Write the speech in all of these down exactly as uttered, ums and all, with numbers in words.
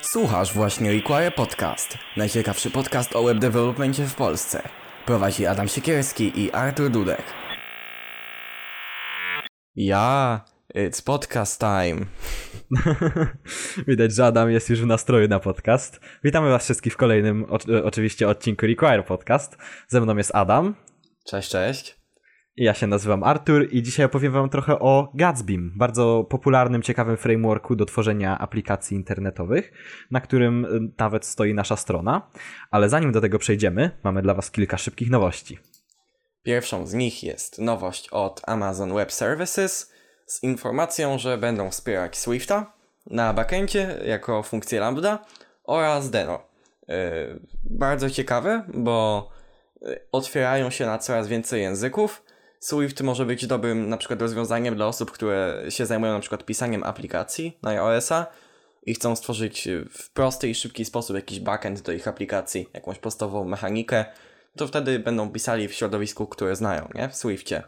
Słuchasz właśnie Require Podcast, najciekawszy podcast o web developmencie w Polsce. Prowadzi Adam Siekierski i Artur Dudek. Ja, it's podcast time. Widać, że Adam jest już w nastroju na podcast. Witamy was wszystkich w kolejnym, o, oczywiście, odcinku Require Podcast. Ze mną jest Adam. Cześć, cześć. Ja się nazywam Artur i dzisiaj opowiem wam trochę o Gatsbym, bardzo popularnym, ciekawym frameworku do tworzenia aplikacji internetowych, na którym nawet stoi nasza strona. Ale zanim do tego przejdziemy, mamy dla was kilka szybkich nowości. Pierwszą z nich jest nowość od Amazon Web Services z informacją, że będą wspierać Swifta na backendzie jako funkcję Lambda oraz Deno. Yy, bardzo ciekawe, bo otwierają się na coraz więcej języków. Swift może być dobrym na przykład rozwiązaniem dla osób, które się zajmują na przykład pisaniem aplikacji na iOS-a i chcą stworzyć w prosty i szybki sposób jakiś backend do ich aplikacji, jakąś podstawową mechanikę, to wtedy będą pisali w środowisku, które znają, nie? W Swiftie.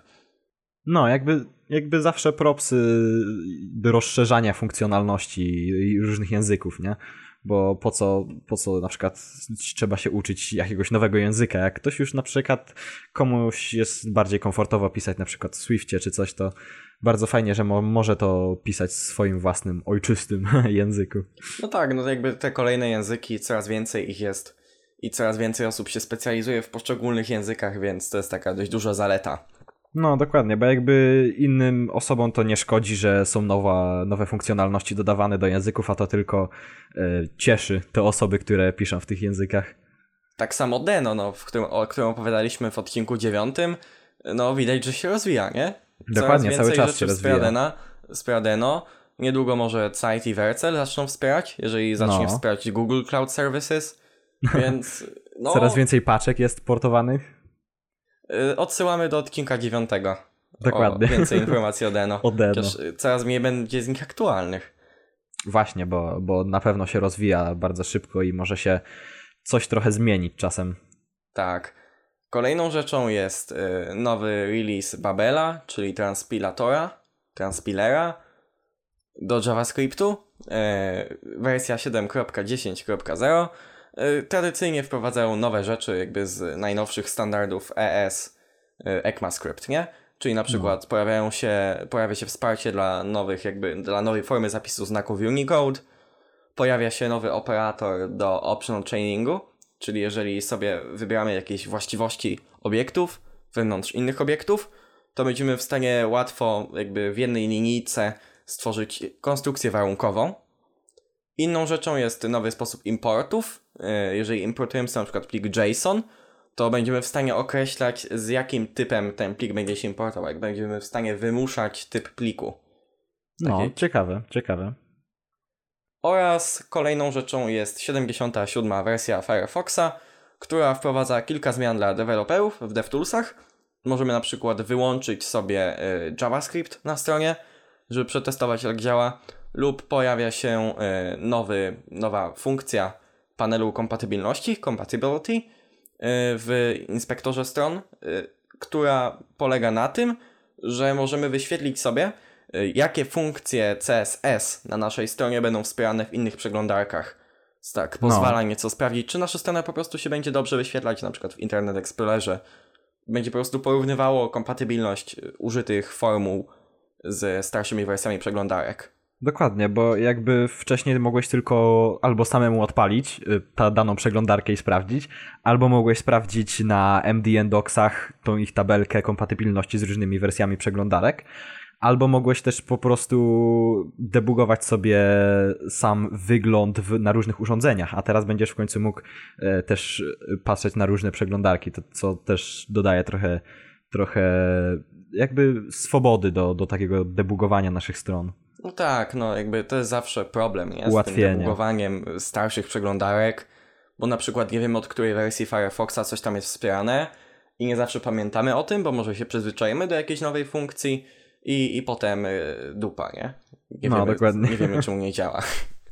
No, jakby, jakby zawsze propsy do rozszerzania funkcjonalności różnych języków, nie? Bo po co, po co na przykład trzeba się uczyć jakiegoś nowego języka? Jak ktoś już na przykład komuś jest bardziej komfortowo pisać na przykład w Swiftie czy coś, to bardzo fajnie, że mo- może to pisać w swoim własnym, ojczystym języku. No tak, no to jakby te kolejne języki, coraz więcej ich jest i coraz więcej osób się specjalizuje w poszczególnych językach, więc to jest taka dość duża zaleta. No dokładnie, bo jakby innym osobom to nie szkodzi, że są nowa, nowe funkcjonalności dodawane do języków, a to tylko y, cieszy te osoby, które piszą w tych językach. Tak samo Deno, no, w którym, o którym opowiadaliśmy w odcinku dziewiątym, no widać, że się rozwija, nie? Coraz Dokładnie, cały czas się rozwija. Dena, wspiera Deno. Niedługo może Zeit i Vercel zaczną wspierać, jeżeli zacznie No. wspierać Google Cloud Services, więc no... Coraz więcej paczek jest portowanych. Odsyłamy do odcinka dziewiątego. Dokładnie. O więcej informacji o Deno. O Deno. Chociaż coraz mniej będzie z nich aktualnych. Właśnie, bo, bo na pewno się rozwija bardzo szybko i może się coś trochę zmienić czasem. Tak. Kolejną rzeczą jest nowy release Babela, czyli transpilatora, transpilera do JavaScriptu. Wersja siedem kropka dziesięć kropka zero. Tradycyjnie wprowadzają nowe rzeczy jakby z najnowszych standardów E S ECMAScript, nie? Czyli na przykład no. pojawiają się, pojawia się wsparcie dla nowych jakby, dla nowej formy zapisu znaków Unicode, pojawia się nowy operator do optional chainingu, czyli jeżeli sobie wybieramy jakieś właściwości obiektów wewnątrz innych obiektów, to będziemy w stanie łatwo jakby w jednej linijce stworzyć konstrukcję warunkową. Inną rzeczą jest nowy sposób importów. Jeżeli importujemy sobie na przykład plik JSON, to będziemy w stanie określać, z jakim typem ten plik będzie się importował. Jak będziemy w stanie wymuszać typ pliku. No, Takie... ciekawe, ciekawe. Oraz kolejną rzeczą jest siedemdziesiąta siódma wersja Firefoxa, która wprowadza kilka zmian dla deweloperów w DevToolsach. Możemy na przykład wyłączyć sobie y, JavaScript na stronie, żeby przetestować, jak działa. Lub pojawia się y, nowy, nowa funkcja panelu kompatybilności, compatibility, y, w inspektorze stron, y, która polega na tym, że możemy wyświetlić sobie, y, jakie funkcje C S S na naszej stronie będą wspierane w innych przeglądarkach. Tak, pozwala no. nieco sprawdzić, czy nasza strona po prostu się będzie dobrze wyświetlać, na przykład w Internet Explorerze. Będzie po prostu porównywało kompatybilność użytych formuł z starszymi wersjami przeglądarek. Dokładnie, bo jakby wcześniej mogłeś tylko albo samemu odpalić tę daną przeglądarkę i sprawdzić, albo mogłeś sprawdzić na M D N Docsach tą ich tabelkę kompatybilności z różnymi wersjami przeglądarek, albo mogłeś też po prostu debugować sobie sam wygląd w, na różnych urządzeniach, a teraz będziesz w końcu mógł e, też patrzeć na różne przeglądarki, to, co też dodaje trochę, trochę jakby swobody do, do takiego debugowania naszych stron. No tak, no jakby to jest zawsze problem, nie? Z Ułatwienie. tym debugowaniem starszych przeglądarek, bo na przykład nie wiemy, od której wersji Firefoxa coś tam jest wspierane i nie zawsze pamiętamy o tym, bo może się przyzwyczajemy do jakiejś nowej funkcji i, i potem y, dupa, nie? Nie no wiemy, dokładnie. Nie wiemy, czemu nie działa.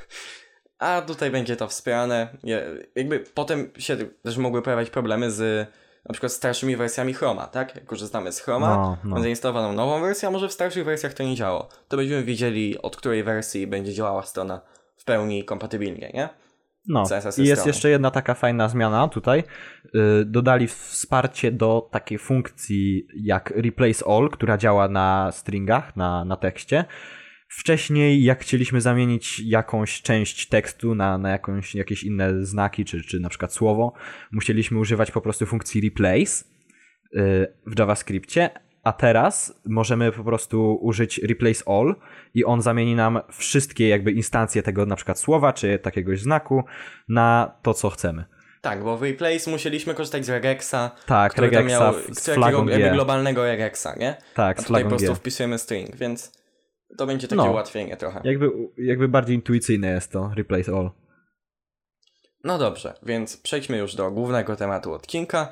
A tutaj będzie to wspierane. Jakby potem się też mogły pojawiać problemy z na przykład starszymi wersjami Chroma, tak? Jak korzystamy z Chroma, no, no. zainstalowaną nową wersję, a może w starszych wersjach to nie działało. To będziemy wiedzieli, od której wersji będzie działała strona w pełni kompatybilnie, nie? No C S S i jest strony. jeszcze jedna taka fajna zmiana tutaj. Yy, dodali wsparcie do takiej funkcji jak Replace All, która działa na stringach, na, na tekście. Wcześniej jak chcieliśmy zamienić jakąś część tekstu na, na jakąś, jakieś inne znaki, czy, czy na przykład słowo, musieliśmy używać po prostu funkcji replace yy, w JavaScriptie, a teraz możemy po prostu użyć replace all i on zamieni nam wszystkie jakby instancje tego na przykład słowa, czy takiegoś znaku na to, co chcemy. Tak, bo w Replace musieliśmy korzystać z regexa, Tak, który regexa miał, z takiego flagą jakby G. globalnego regexa, nie? Tak, A z tutaj flagą po prostu G. wpisujemy string, więc to będzie takie No. ułatwienie trochę. Jakby, jakby bardziej intuicyjne jest to replace all. No dobrze, więc przejdźmy już do głównego tematu odcinka,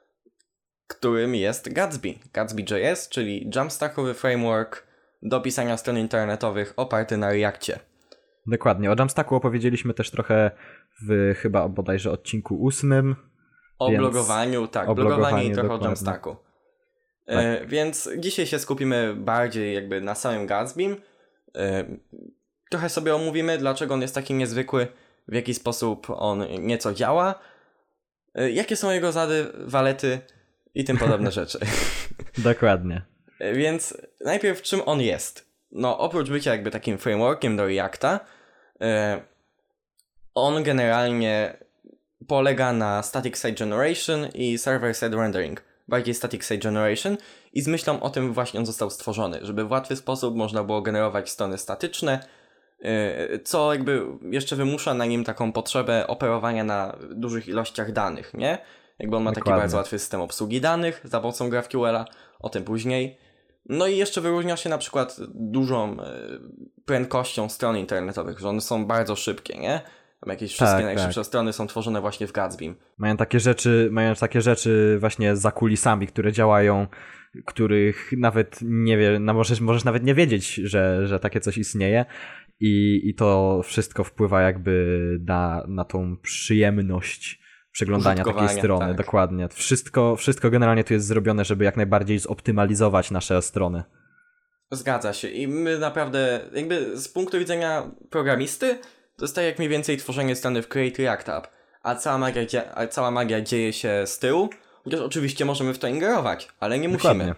którym jest Gatsby. Gatsby.js, czyli jumpstackowy framework do pisania stron internetowych oparty na Reactie. Dokładnie. O Jamstacku opowiedzieliśmy też trochę w chyba bodajże odcinku ósmym. O więc... blogowaniu, tak, o blogowanie blogowaniu, i trochę dokładnie. o Jamstacku. E, więc dzisiaj się skupimy bardziej jakby na samym Gatsbym. E, trochę sobie omówimy, dlaczego on jest taki niezwykły, w jaki sposób on nieco działa, e, jakie są jego zady, walety i tym podobne rzeczy. Dokładnie. E, więc najpierw czym on jest? No oprócz bycia jakby takim frameworkiem do Reacta, e, on generalnie polega na Static Site Generation i Server Side Rendering. Bardziej Static Site Generation i z myślą o tym właśnie on został stworzony, żeby w łatwy sposób można było generować strony statyczne, yy, co jakby jeszcze wymusza na nim taką potrzebę operowania na dużych ilościach danych, nie? Jakby on ma Dokładnie. taki bardzo łatwy system obsługi danych za pomocą GraphQL-a, o tym później. No i jeszcze wyróżnia się na przykład dużą yy, prędkością stron internetowych, że one są bardzo szybkie, nie? Tam jakieś wszystkie Tak, najszybsze tak. strony są tworzone właśnie w Gatsbym. Mają takie rzeczy, mają takie rzeczy właśnie za kulisami, które działają, których nawet nie wie, no możesz, możesz nawet nie wiedzieć, że, że takie coś istnieje i, i to wszystko wpływa jakby na, na tą przyjemność przeglądania takiej Użytkowania, strony. tak. Dokładnie. Wszystko, wszystko generalnie tu jest zrobione, żeby jak najbardziej zoptymalizować nasze strony. Zgadza się i my naprawdę, jakby z punktu widzenia programisty, to jest tak jak mniej więcej tworzenie strony w Create React App, a cała magia, dzie- a cała magia dzieje się z tyłu, chociaż oczywiście możemy w to ingerować, ale nie musimy. Dokładnie.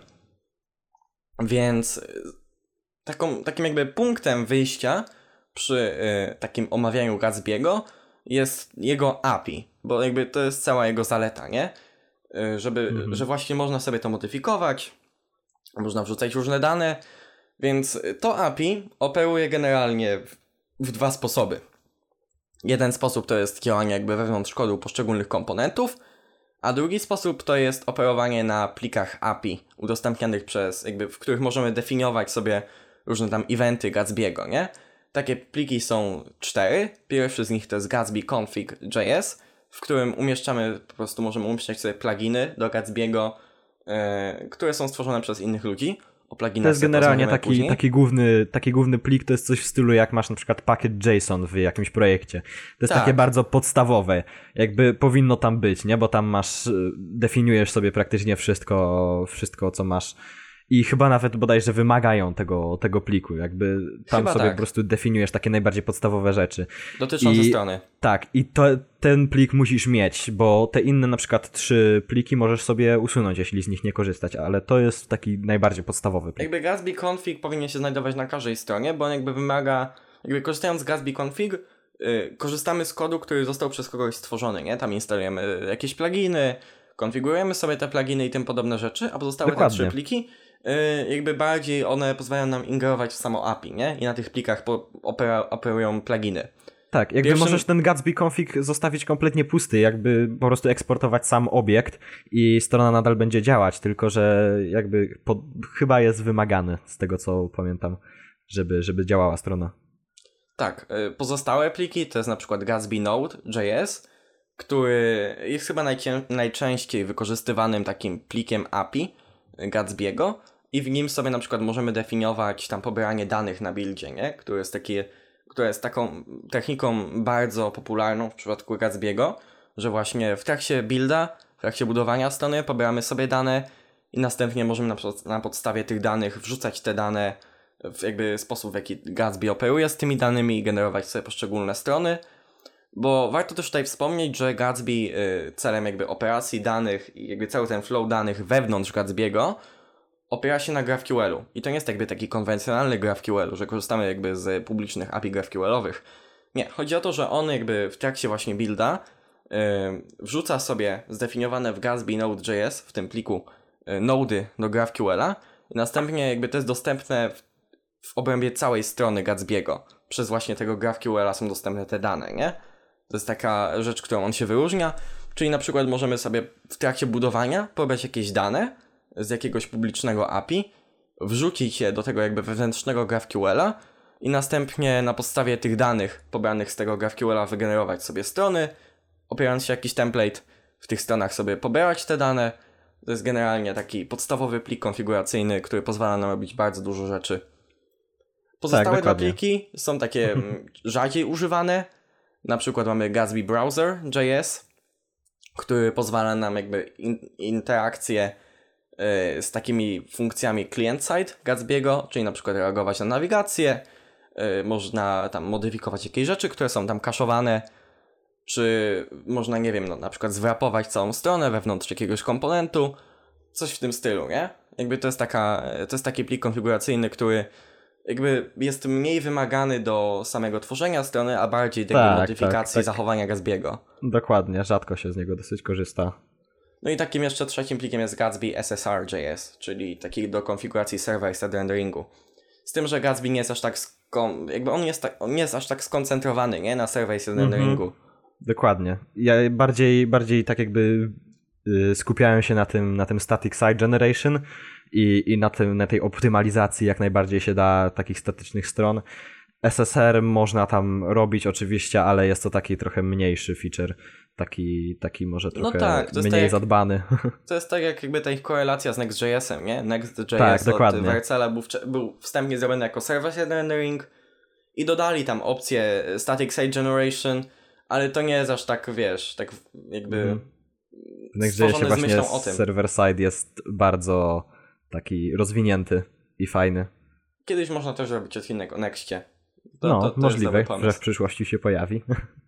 Więc y, taką, takim jakby punktem wyjścia przy y, takim omawianiu Gatsby'ego jest jego A P I, bo jakby to jest cała jego zaleta, nie? Y, żeby, Mhm. że właśnie można sobie to modyfikować, można wrzucać różne dane, więc to A P I operuje generalnie w, w dwa sposoby. Jeden sposób to jest działanie jakby wewnątrz kodu poszczególnych komponentów, a drugi sposób to jest operowanie na plikach A P I udostępnianych przez, jakby, w których możemy definiować sobie różne tam eventy Gatsby'ego, nie? Takie pliki są cztery. Pierwszy z nich to jest Gatsby config.js, w którym umieszczamy, po prostu możemy umieszczać sobie pluginy do Gatsby'ego, yy, które są stworzone przez innych ludzi. O pluginach To jest sobie generalnie porozmawiamy taki, później. taki, główny, taki główny plik, to jest coś w stylu jak masz na przykład pakiet JSON w jakimś projekcie. To jest Tak. takie bardzo podstawowe, jakby powinno tam być, nie? Bo tam masz, y, definiujesz sobie praktycznie wszystko, wszystko co masz i chyba nawet bodajże wymagają tego, tego pliku, jakby tam Chyba sobie tak. po prostu definiujesz takie najbardziej podstawowe rzeczy. Dotyczące I- strony. Tak, i to, ten plik musisz mieć, bo te inne na przykład trzy pliki możesz sobie usunąć, jeśli z nich nie korzystać, ale to jest taki najbardziej podstawowy plik. Jakby Gatsby config powinien się znajdować na każdej stronie, bo on jakby wymaga, jakby korzystając z Gatsby config, yy, korzystamy z kodu, który został przez kogoś stworzony, nie? Tam instalujemy jakieś pluginy, konfigurujemy sobie te pluginy i tym podobne rzeczy, a pozostałe te Dokładnie. trzy pliki, yy, jakby bardziej one pozwalają nam ingerować w samo A P I, nie? I na tych plikach po, opera, operują pluginy. Tak, jakby Pierwszym- możesz ten Gatsby config zostawić kompletnie pusty, jakby po prostu eksportować sam obiekt i strona nadal będzie działać, tylko że jakby pod, chyba jest wymagany z tego co pamiętam, żeby, żeby działała strona. Tak, y, pozostałe pliki to jest na przykład Gatsby Node.js, który jest chyba najcię- najczęściej wykorzystywanym takim plikiem A P I Gatsby'ego i w nim sobie na przykład możemy definiować tam pobieranie danych na buildzie, nie? Które jest takie, które jest taką techniką bardzo popularną w przypadku Gatsby'ego, że właśnie w trakcie builda, w trakcie budowania strony pobieramy sobie dane i następnie możemy na, przykład na podstawie tych danych wrzucać te dane w jakby sposób, w jaki Gatsby operuje z tymi danymi i generować sobie poszczególne strony. Bo warto też tutaj wspomnieć, że Gatsby y, celem jakby operacji danych i jakby cały ten flow danych wewnątrz Gatsby'ego opiera się na GraphQL-u. I to nie jest jakby taki konwencjonalny GraphQL, że korzystamy jakby z publicznych A P I GraphQL-owych. Nie, chodzi o to, że on jakby w trakcie właśnie builda yy, wrzuca sobie zdefiniowane w Gatsby Node.js, w tym pliku yy, nody do GraphQL-a i następnie jakby to jest dostępne w, w obrębie całej strony Gatsby'ego. Przez właśnie tego GraphQL-a są dostępne te dane, nie? To jest taka rzecz, którą on się wyróżnia, czyli na przykład możemy sobie w trakcie budowania pobrać jakieś dane z jakiegoś publicznego A P I, wrzucić je do tego jakby wewnętrznego GraphQL-a i następnie na podstawie tych danych pobranych z tego GraphQL-a wygenerować sobie strony, opierając się jakiś template, w tych stronach sobie pobierać te dane. To jest generalnie taki podstawowy plik konfiguracyjny, który pozwala nam robić bardzo dużo rzeczy. Pozostałe tak, dwa pliki są takie rzadziej używane. Na przykład mamy Gatsby Browser J S, który pozwala nam jakby in, interakcje y, z takimi funkcjami client-side Gatsby'ego, czyli na przykład reagować na nawigację, y, można tam modyfikować jakieś rzeczy, które są tam kaszowane, czy można, nie wiem, no, na przykład zwrapować całą stronę wewnątrz jakiegoś komponentu, coś w tym stylu, nie? Jakby to jest taka, to jest taki plik konfiguracyjny, który jakby jest mniej wymagany do samego tworzenia strony, a bardziej do tak, modyfikacji tak, tak. zachowania Gatsby'ego. Dokładnie, rzadko się z niego dosyć korzysta. No i takim jeszcze trzecim plikiem jest Gatsby S S R J S, czyli taki do konfiguracji server-side renderingu. Z tym, że Gatsby nie jest aż tak skon- jakby on, jest tak, on nie jest aż tak skoncentrowany, nie? Na server-side mm-hmm. renderingu. Dokładnie. Ja bardziej, bardziej tak jakby y, skupiałem się na tym, na tym static site generation i, i na, tym, na tej optymalizacji jak najbardziej się da takich statycznych stron. S S R można tam robić oczywiście, ale jest to taki trochę mniejszy feature, taki, taki może trochę no tak, mniej tak jak, zadbany. To jest tak jak jakby ta ich korelacja z Next.jsem, nie? Next.js tak, od dokładnie. Vercela był, był wstępnie zrobiony jako server-side rendering i dodali tam opcję static site generation, ale to nie jest aż tak, wiesz, tak jakby mm. w Next.jsie właśnie server-side jest bardzo taki rozwinięty i fajny. Kiedyś można też robić odcinek o Nexcie. To, no, to, to możliwe, że w przyszłości się pojawi.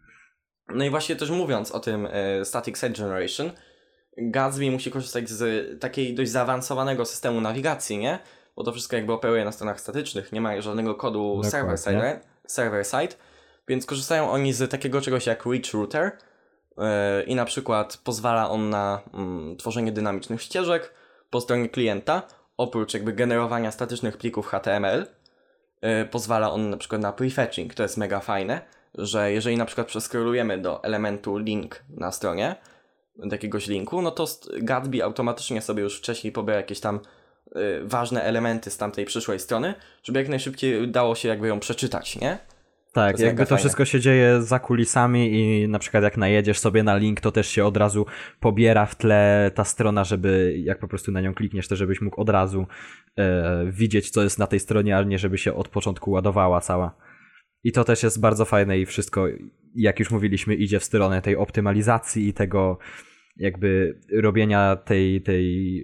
No i właśnie też mówiąc o tym e, Static Site Generation, Gatsby musi korzystać z takiej dość zaawansowanego systemu nawigacji, nie? Bo to wszystko jakby operuje na stronach statycznych, nie ma żadnego kodu server-side, server-side, więc korzystają oni z takiego czegoś jak Rich Router e, i na przykład pozwala on na mm, tworzenie dynamicznych ścieżek po stronie klienta, oprócz jakby generowania statycznych plików H T M L. Yy, pozwala on na przykład na prefetching, to jest mega fajne, że jeżeli na przykład przeskrolujemy do elementu link na stronie, do jakiegoś linku, no to Gatsby automatycznie sobie już wcześniej pobiera jakieś tam yy, ważne elementy z tamtej przyszłej strony, żeby jak najszybciej dało się jakby ją przeczytać, nie? Tak, to jakby to fajne. Wszystko się dzieje za kulisami i na przykład jak najedziesz sobie na link, to też się od razu pobiera w tle ta strona, żeby jak po prostu na nią klikniesz, to żebyś mógł od razu e, widzieć, co jest na tej stronie, a nie żeby się od początku ładowała cała. I to też jest bardzo fajne i wszystko, jak już mówiliśmy, idzie w stronę tej optymalizacji i tego jakby robienia tej, tej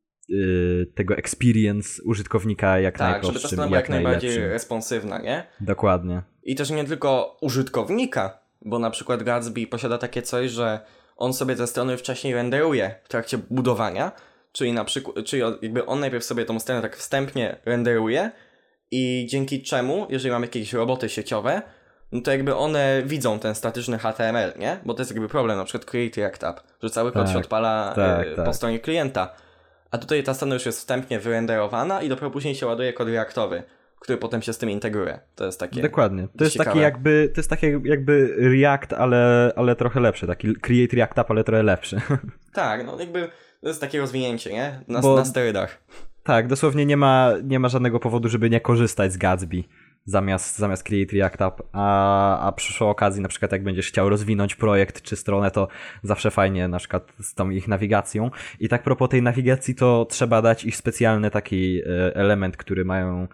tego experience użytkownika jak tak, najprostszym. Tak, żeby ta strona była jak, jak najbardziej responsywna, nie? Dokładnie. I też nie tylko użytkownika, bo na przykład Gatsby posiada takie coś, że on sobie te strony wcześniej renderuje w trakcie budowania, czyli na przykład, czyli jakby on najpierw sobie tą stronę tak wstępnie renderuje i dzięki czemu, jeżeli mamy jakieś roboty sieciowe, no to jakby one widzą ten statyczny H T M L, nie? Bo to jest jakby problem, na przykład Create React App, że cały kod tak, się odpala tak, y, tak. po stronie klienta. A tutaj ta strona już jest wstępnie wyrenderowana i dopiero później się ładuje kod reaktowy, który potem się z tym integruje. To jest takie Dokładnie. To jest taki jakby, to jest takie jakby React, ale, ale trochę lepszy. Taki Create React App, ale trochę lepszy. Tak, no jakby to jest takie rozwinięcie, nie? Na, Bo, na sterydach. Tak, dosłownie nie ma, nie ma żadnego powodu, żeby nie korzystać z Gatsby zamiast, zamiast Create React App, a, a przy okazji na przykład jak będziesz chciał rozwinąć projekt czy stronę, to zawsze fajnie na przykład z tą ich nawigacją. I tak propos tej nawigacji, to trzeba dać ich specjalny taki element, który mają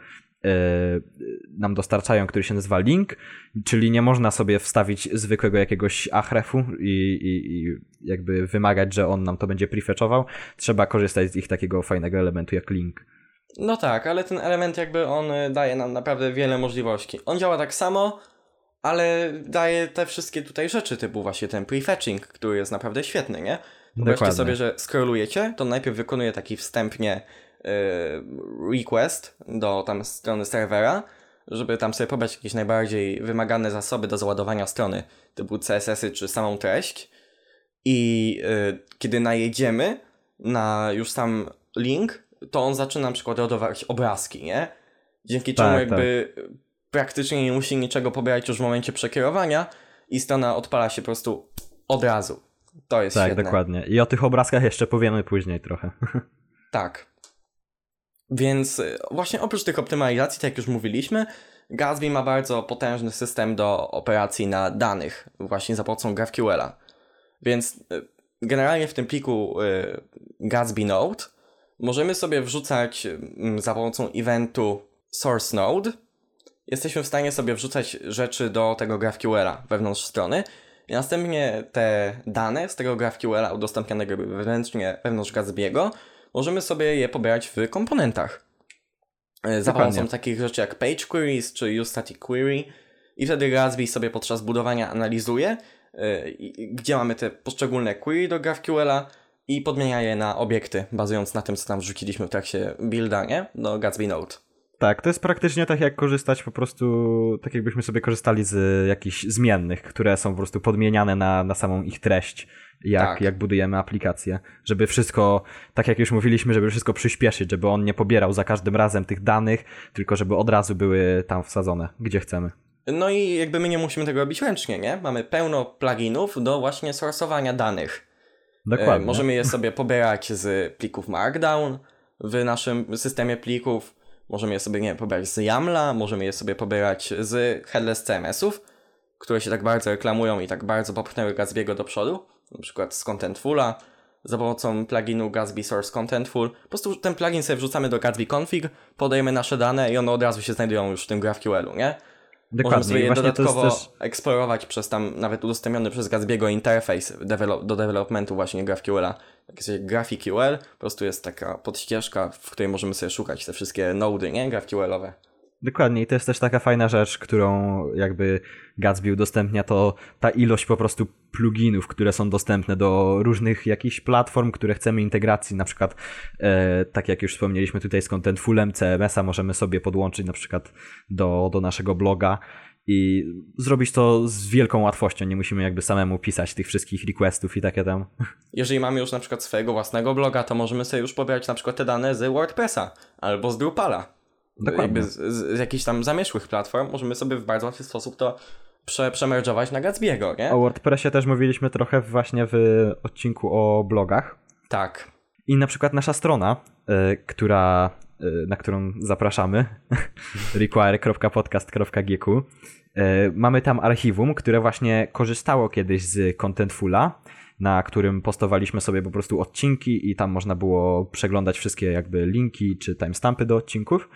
nam dostarczają, który się nazywa link, czyli nie można sobie wstawić zwykłego jakiegoś ahrefu i, i, i jakby wymagać, że on nam to będzie prefetchował. Trzeba korzystać z ich takiego fajnego elementu jak link. No tak, ale ten element jakby on daje nam naprawdę wiele możliwości. On działa tak samo, ale daje te wszystkie tutaj rzeczy, typu właśnie ten prefetching, który jest naprawdę świetny, nie? Wyobraźcie sobie, że scrollujecie, to najpierw wykonuje taki wstępnie yy, request do tam strony serwera, żeby tam sobie pobrać jakieś najbardziej wymagane zasoby do załadowania strony, typu C S S-y czy samą treść. I yy, kiedy najedziemy na już sam link, to on zaczyna na przykład ładować obrazki, nie? Dzięki czemu tak, jakby tak. praktycznie nie musi niczego pobierać już w momencie przekierowania i strona odpala się po prostu od razu. To jest tak, świetne. Tak, dokładnie. I o tych obrazkach jeszcze powiemy później trochę. Tak. Więc właśnie oprócz tych optymalizacji, tak jak już mówiliśmy, Gatsby ma bardzo potężny system do operacji na danych, właśnie za pomocą GraphQL-a. Więc generalnie w tym pliku y, Gatsby Node możemy sobie wrzucać y, za pomocą eventu source node. Jesteśmy w stanie sobie wrzucać rzeczy do tego GraphQL-a wewnątrz strony i następnie te dane z tego GraphQL-a udostępnianego wewnętrznie wewnątrz Gatsby'ego możemy sobie je pobierać w komponentach. Y, za pomocą takich rzeczy jak page queries czy useStatic query i wtedy Gatsby sobie podczas budowania analizuje, gdzie mamy te poszczególne query do GraphQL-a i podmienia je na obiekty, bazując na tym, co tam wrzuciliśmy w trakcie builda, nie? Do Gatsby Node. Tak, to jest praktycznie tak jak korzystać po prostu, tak jakbyśmy sobie korzystali z jakichś zmiennych, które są po prostu podmieniane na, na samą ich treść, jak, tak. jak budujemy aplikację. Żeby wszystko, tak jak już mówiliśmy, żeby wszystko przyspieszyć, żeby on nie pobierał za każdym razem tych danych, tylko żeby od razu były tam wsadzone, gdzie chcemy. No i jakby my nie musimy tego robić ręcznie, nie? Mamy pełno pluginów do właśnie sourceowania danych. Dokładnie. E, możemy je sobie pobierać z plików Markdown w naszym systemie plików. Możemy je sobie, nie wiem, pobierać z YAMLa, możemy je sobie pobierać z headless C M S-ów, które się tak bardzo reklamują i tak bardzo popchnęły Gatsby'ego do przodu. Na przykład z Contentfula, za pomocą pluginu Gatsby Source Contentful. Po prostu ten plugin sobie wrzucamy do Gatsby Config, podajemy nasze dane i one od razu się znajdują już w tym GraphQL-u, nie? Dokładnie. Możemy sobie je dodatkowo też... eksplorować przez tam nawet udostępniony przez Gatsby'ego interfejs develop, do developmentu właśnie GraphQL-a. Jak jest GraphQL, po prostu jest taka podścieżka, w której możemy sobie szukać te wszystkie nody, nie? GraphQL-owe. Dokładnie i to jest też taka fajna rzecz, którą jakby Gatsby udostępnia, to ta ilość po prostu pluginów, które są dostępne do różnych jakichś platform, które chcemy integracji, na przykład e, tak jak już wspomnieliśmy tutaj z Contentfulem, C M S-a możemy sobie podłączyć na przykład do, do naszego bloga i zrobić to z wielką łatwością, nie musimy jakby samemu pisać tych wszystkich requestów i takie tam. Jeżeli mamy już na przykład swojego własnego bloga, to możemy sobie już pobierać na przykład te dane z WordPressa albo z Drupala. Dokładnie. Jakby z, z, z jakichś tam zamieszłych platform możemy sobie w bardzo łatwy sposób to prze, przemerge'ować na Gatsby'ego, nie? O WordPressie też mówiliśmy trochę właśnie w odcinku o blogach. Tak. I na przykład nasza strona, y, która, y, na którą zapraszamy, require kropka podcast kropka g q, y, mamy tam archiwum, które właśnie korzystało kiedyś z Contentfula, na którym postowaliśmy sobie po prostu odcinki i tam można było przeglądać wszystkie jakby linki czy timestampy do odcinków.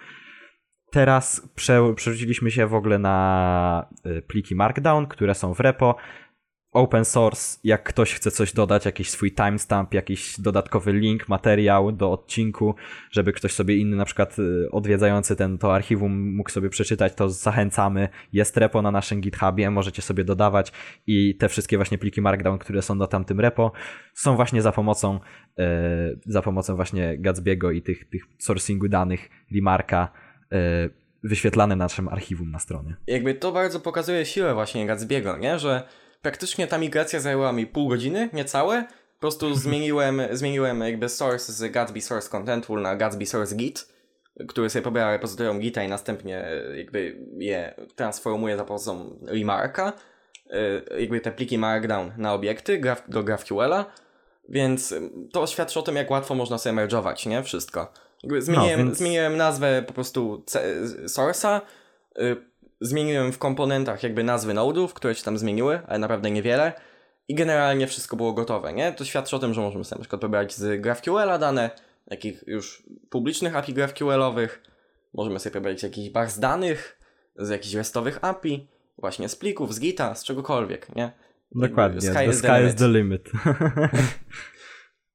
Teraz prze, przerzuciliśmy się w ogóle na pliki Markdown, które są w repo. Open source, jak ktoś chce coś dodać, jakiś swój timestamp, jakiś dodatkowy link, materiał do odcinku, żeby ktoś sobie inny, na przykład odwiedzający ten, to archiwum mógł sobie przeczytać, to zachęcamy. Jest repo na naszym GitHubie, możecie sobie dodawać i te wszystkie właśnie pliki Markdown, które są na tamtym repo, są właśnie za pomocą yy, za pomocą właśnie Gatsby'ego i tych, tych sourcingu danych, Limarka, yy, wyświetlane na naszym archiwum na stronie. Jakby to bardzo pokazuje siłę właśnie Gatsby'ego, nie? Że praktycznie ta migracja zajęła mi pół godziny, niecałe. Po prostu zmieniłem, zmieniłem jakby source z Gatsby Source Contentful na Gatsby Source Git, który sobie pobiera repozytorium Gita i następnie jakby je transformuje za pomocą Remarka. Jakby te pliki Markdown na obiekty graf, do GraphQL-a. Więc to świadczy o tym, jak łatwo można sobie merge'ować, nie? Wszystko. Jakby zmieniłem, no, więc... zmieniłem nazwę po prostu source'a, zmieniłem w komponentach jakby nazwy nodów, które się tam zmieniły, ale naprawdę niewiele i generalnie wszystko było gotowe, nie? To świadczy o tym, że możemy sobie na przykład pobierać z GraphQL-a dane, takich już publicznych A P I GraphQL-owych, możemy sobie pobierać jakiś baz danych z jakichś restowych A P I, właśnie z plików, z Gita, z czegokolwiek, nie? Dokładnie, sky, the sky is the limit.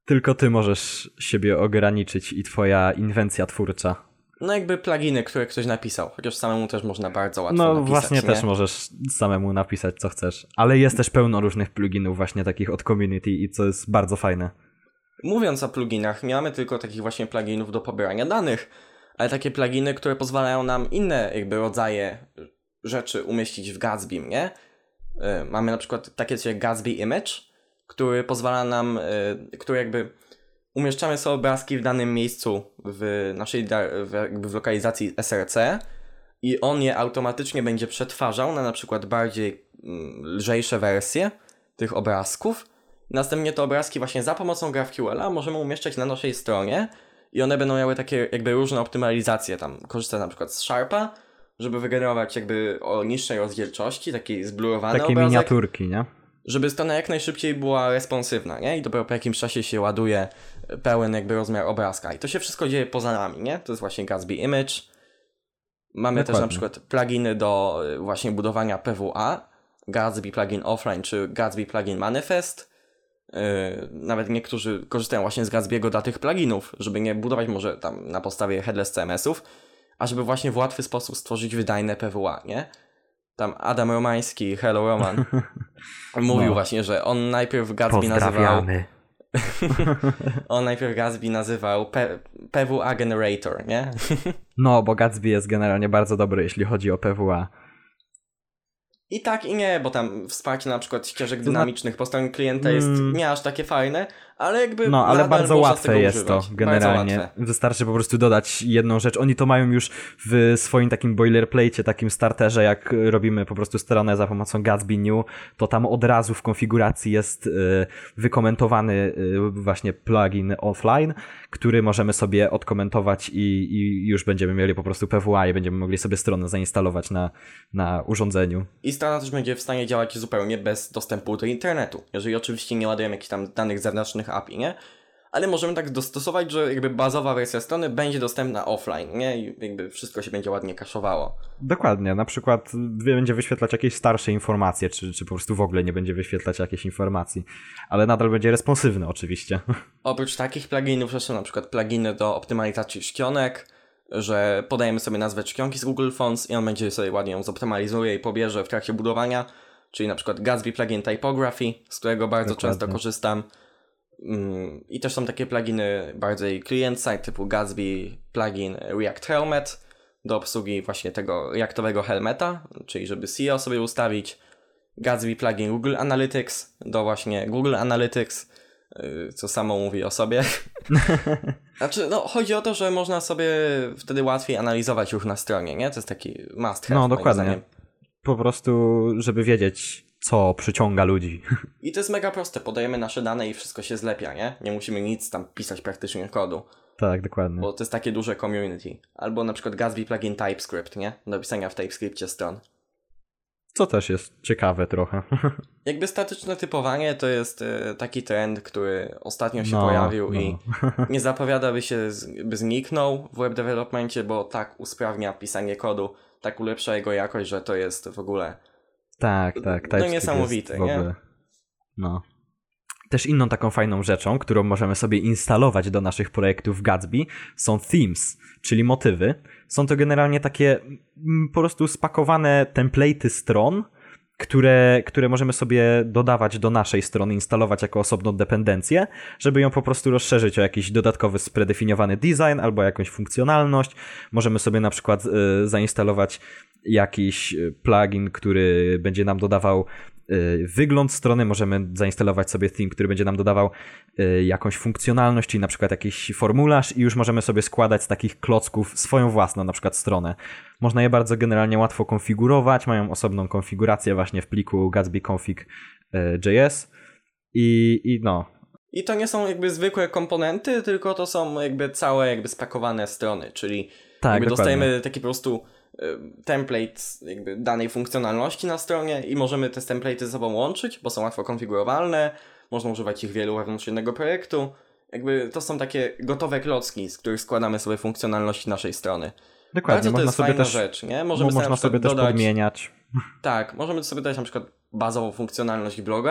Tylko ty możesz siebie ograniczyć i twoja inwencja twórcza. No jakby pluginy, które ktoś napisał, chociaż samemu też można bardzo łatwo no, napisać. No właśnie nie? też możesz samemu napisać co chcesz, ale jest też pełno różnych pluginów właśnie takich od community i co jest bardzo fajne. Mówiąc o pluginach, nie mamy tylko takich właśnie pluginów do pobierania danych, ale takie pluginy, które pozwalają nam inne jakby rodzaje rzeczy umieścić w Gatsby, nie? Yy, mamy na przykład takie coś jak Gatsby Image, który pozwala nam, yy, który jakby umieszczamy sobie obrazki w danym miejscu w naszej w, jakby w lokalizacji S R C i on je automatycznie będzie przetwarzał na na przykład bardziej mm, lżejsze wersje tych obrazków. Następnie te obrazki właśnie za pomocą GraphQL-a możemy umieszczać na naszej stronie i one będą miały takie jakby różne optymalizacje. Tam korzystam na przykład z Sharpa, żeby wygenerować jakby o niższej rozdzielczości, takiej zblurowany Takie obrazek. miniaturki, nie? Żeby strona jak najszybciej była responsywna, nie? I dopiero po jakimś czasie się ładuje pełen jakby rozmiar obrazka. I to się wszystko dzieje poza nami, nie? To jest właśnie Gatsby Image. Mamy Dokładnie. też na przykład pluginy do właśnie budowania P W A, Gatsby Plugin Offline czy Gatsby Plugin Manifest. Yy, nawet niektórzy korzystają właśnie z Gatsby'ego dla tych pluginów, żeby nie budować może tam na podstawie headless C M S-ów, a żeby właśnie w łatwy sposób stworzyć wydajne P W A, nie? Tam Adam Romański, Hello Roman, mówił no. właśnie, że on najpierw Gatsby nazywał... on najpierw Gatsby nazywał P- PWA Generator, nie? No, bo Gatsby jest generalnie bardzo dobry, jeśli chodzi o P W A. I tak i nie, bo tam wsparcie na przykład ścieżek dynamicznych po stronie klienta jest mm. nie aż takie fajne, ale jakby no, ale bardzo łatwe jest używać. to generalnie. Wystarczy po prostu dodać jedną rzecz. Oni to mają już w swoim takim boilerplate, takim starterze, jak robimy po prostu stronę za pomocą Gatsby New, to tam od razu w konfiguracji jest y, wykomentowany y, właśnie plugin offline, który możemy sobie odkomentować i, i już będziemy mieli po prostu P W A i będziemy mogli sobie stronę zainstalować na, na urządzeniu. I strona też będzie w stanie działać zupełnie bez dostępu do internetu. Jeżeli oczywiście nie ładujemy jakichś tam danych zewnętrznych A P I, nie? Ale możemy tak dostosować, że jakby bazowa wersja strony będzie dostępna offline, nie? I jakby wszystko się będzie ładnie kaszowało. Dokładnie, na przykład będzie wyświetlać jakieś starsze informacje, czy, czy po prostu w ogóle nie będzie wyświetlać jakichś informacji, ale nadal będzie responsywny oczywiście. Oprócz takich pluginów jeszcze na przykład pluginy do optymalizacji czcionek, że podajemy sobie nazwę czcionki z Google Fonts i on będzie sobie ładnie ją zoptymalizuje i pobierze w trakcie budowania, czyli na przykład Gatsby Plugin Typography, z którego bardzo Dokładnie. często korzystam. I też są takie pluginy bardziej client-side typu Gatsby Plugin React Helmet do obsługi właśnie tego reactowego helmeta, czyli żeby S E O sobie ustawić. Gatsby Plugin Google Analytics do właśnie Google Analytics, co samo mówi o sobie. Znaczy, no chodzi o to, że można sobie wtedy łatwiej analizować ruch na stronie, nie? To jest taki must have. No dokładnie. Po prostu, żeby wiedzieć, co przyciąga ludzi. I to jest mega proste. Podajemy nasze dane i wszystko się zlepia, nie? Nie musimy nic tam pisać praktycznie kodu. Tak, dokładnie. Bo to jest takie duże community. Albo na przykład Gatsby Plugin TypeScript, nie? Do pisania w TypeScriptie stron. Co też jest ciekawe trochę. Jakby statyczne typowanie to jest y, taki trend, który ostatnio się no, pojawił no. i nie zapowiada, by się z, by zniknął w web developmencie, bo tak usprawnia pisanie kodu, tak ulepsza jego jakość, że to jest w ogóle tak, tak, no niesamowite, nie? No. Też inną taką fajną rzeczą, którą możemy sobie instalować do naszych projektów w Gatsby, są themes, czyli motywy. Są to generalnie takie po prostu spakowane template'y stron, które, które możemy sobie dodawać do naszej strony, instalować jako osobną dependencję, żeby ją po prostu rozszerzyć o jakiś dodatkowy spredefiniowany design albo jakąś funkcjonalność. Możemy sobie na przykład y, zainstalować jakiś plugin, który będzie nam dodawał y, wygląd strony, możemy zainstalować sobie theme, który będzie nam dodawał y, jakąś funkcjonalność, czyli na przykład jakiś formularz i już możemy sobie składać z takich klocków swoją własną na przykład stronę. Można je bardzo generalnie łatwo konfigurować, mają osobną konfigurację właśnie w pliku gatsby config kropka j s i, i no. I to nie są jakby zwykłe komponenty, tylko to są jakby całe jakby spakowane strony, czyli tak, jakby dokładnie. dostajemy taki po prostu template jakby danej funkcjonalności na stronie i możemy te template'y ze sobą łączyć, bo są łatwo konfigurowalne, można używać ich wielu wewnątrz jednego projektu. Jakby to są takie gotowe klocki, z których składamy sobie funkcjonalności naszej strony. Dokładnie, Bardzo to można jest sobie fajna też, rzecz, nie? Możemy można sobie, sobie też dodać, podmieniać. Tak, możemy sobie dodać na przykład bazową funkcjonalność bloga,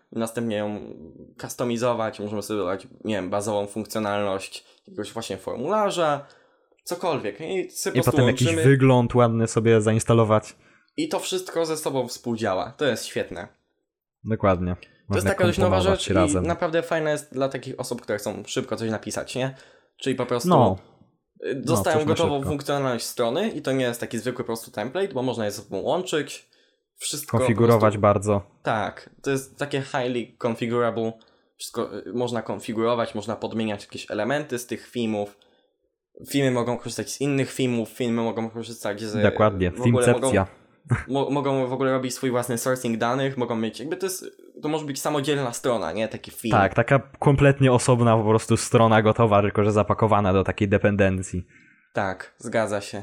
następnie ją customizować, możemy sobie dodać, nie wiem, bazową funkcjonalność jakiegoś właśnie formularza, cokolwiek. I, sobie I potem łączymy. jakiś wygląd ładny sobie zainstalować. I to wszystko ze sobą współdziała. To jest świetne. Dokładnie. To Można jest taka dość nowa rzecz razem. i naprawdę fajna jest dla takich osób, które chcą szybko coś napisać, nie? Czyli po prostu No. dostają no, gotową funkcjonalność strony i to nie jest taki zwykły po prostu template, bo można je ze sobą łączyć. Wszystko konfigurować prostu... bardzo. Tak, to jest takie highly configurable. Wszystko można konfigurować, można podmieniać jakieś elementy z tych filmów. Filmy mogą korzystać z innych filmów, filmy mogą korzystać z... Dokładnie, filmcepcja. Mogą, mogą w ogóle robić swój własny sourcing danych, mogą mieć, jakby to jest, to może być samodzielna strona, nie? Taki film. Tak, taka kompletnie osobna po prostu strona gotowa, tylko że zapakowana do takiej dependencji. Tak, zgadza się.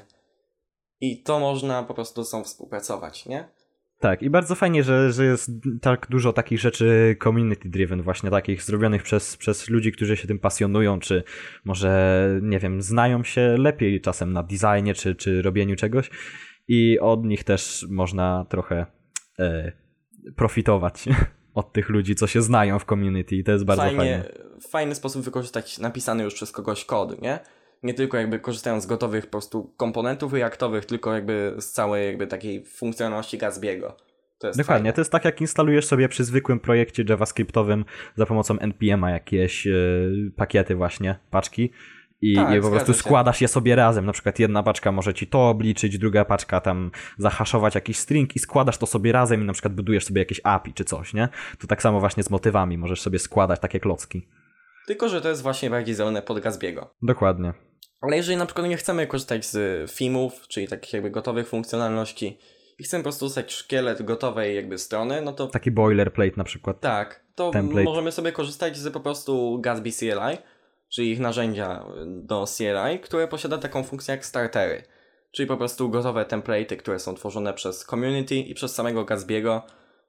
I to można po prostu ze sobą współpracować, nie? Tak, i bardzo fajnie, że, że jest tak dużo takich rzeczy community driven właśnie, takich zrobionych przez, przez ludzi, którzy się tym pasjonują, czy może, nie wiem, znają się lepiej czasem na designie, czy, czy robieniu czegoś i od nich też można trochę e, profitować od tych ludzi, co się znają w community i to jest bardzo fajnie. fajne. W fajny sposób wykorzystać napisany już przez kogoś kod, nie? Nie tylko jakby korzystając z gotowych po prostu komponentów reaktowych, tylko jakby z całej jakby takiej funkcjonalności Gatsby'ego. To jest Dokładnie, fajne. To jest tak jak instalujesz sobie przy zwykłym projekcie javascriptowym za pomocą N P M a jakieś yy, pakiety właśnie, paczki i, tak, i po prostu się. składasz je sobie razem. Na przykład jedna paczka może ci to obliczyć, druga paczka tam zahaszować jakiś string i składasz to sobie razem i na przykład budujesz sobie jakieś A P I czy coś, nie? To tak samo właśnie z motywami, możesz sobie składać takie klocki. Tylko że to jest właśnie bardziej zrobione pod Gatsby'ego. Dokładnie. Ale jeżeli na przykład nie chcemy korzystać z filmów, czyli takich jakby gotowych funkcjonalności i chcemy po prostu dostać szkielet gotowej jakby strony, no to... Taki boilerplate na przykład. Tak, to template. Możemy sobie korzystać z po prostu Gatsby C L I, czyli ich narzędzia do C L I, które posiada taką funkcję jak startery. Czyli po prostu gotowe template'y, które są tworzone przez community i przez samego Gatsby'ego,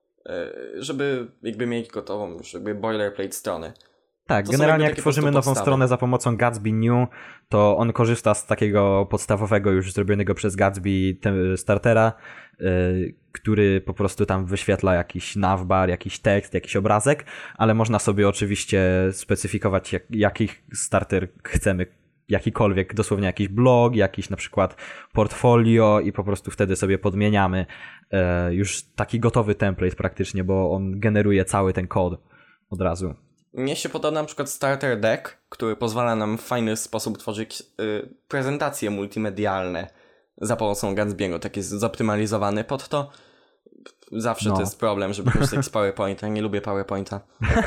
żeby jakby mieć gotową już jakby boilerplate strony. Tak, to generalnie jak takie tworzymy nową podstawy. stronę za pomocą Gatsby New, to on korzysta z takiego podstawowego już zrobionego przez Gatsby startera, yy, który po prostu tam wyświetla jakiś navbar, jakiś tekst, jakiś obrazek, ale można sobie oczywiście specyfikować jak, jakich starter chcemy, jakikolwiek, dosłownie jakiś blog, jakiś na przykład portfolio i po prostu wtedy sobie podmieniamy yy, już taki gotowy template praktycznie, bo on generuje cały ten kod od razu. Mnie się podoba na przykład Starter Deck, który pozwala nam w fajny sposób tworzyć y, prezentacje multimedialne za pomocą Gatsby'ego. Tak jest zoptymalizowany pod to. Zawsze no. to jest problem, żeby korzystać z PowerPointa. Nie lubię PowerPointa.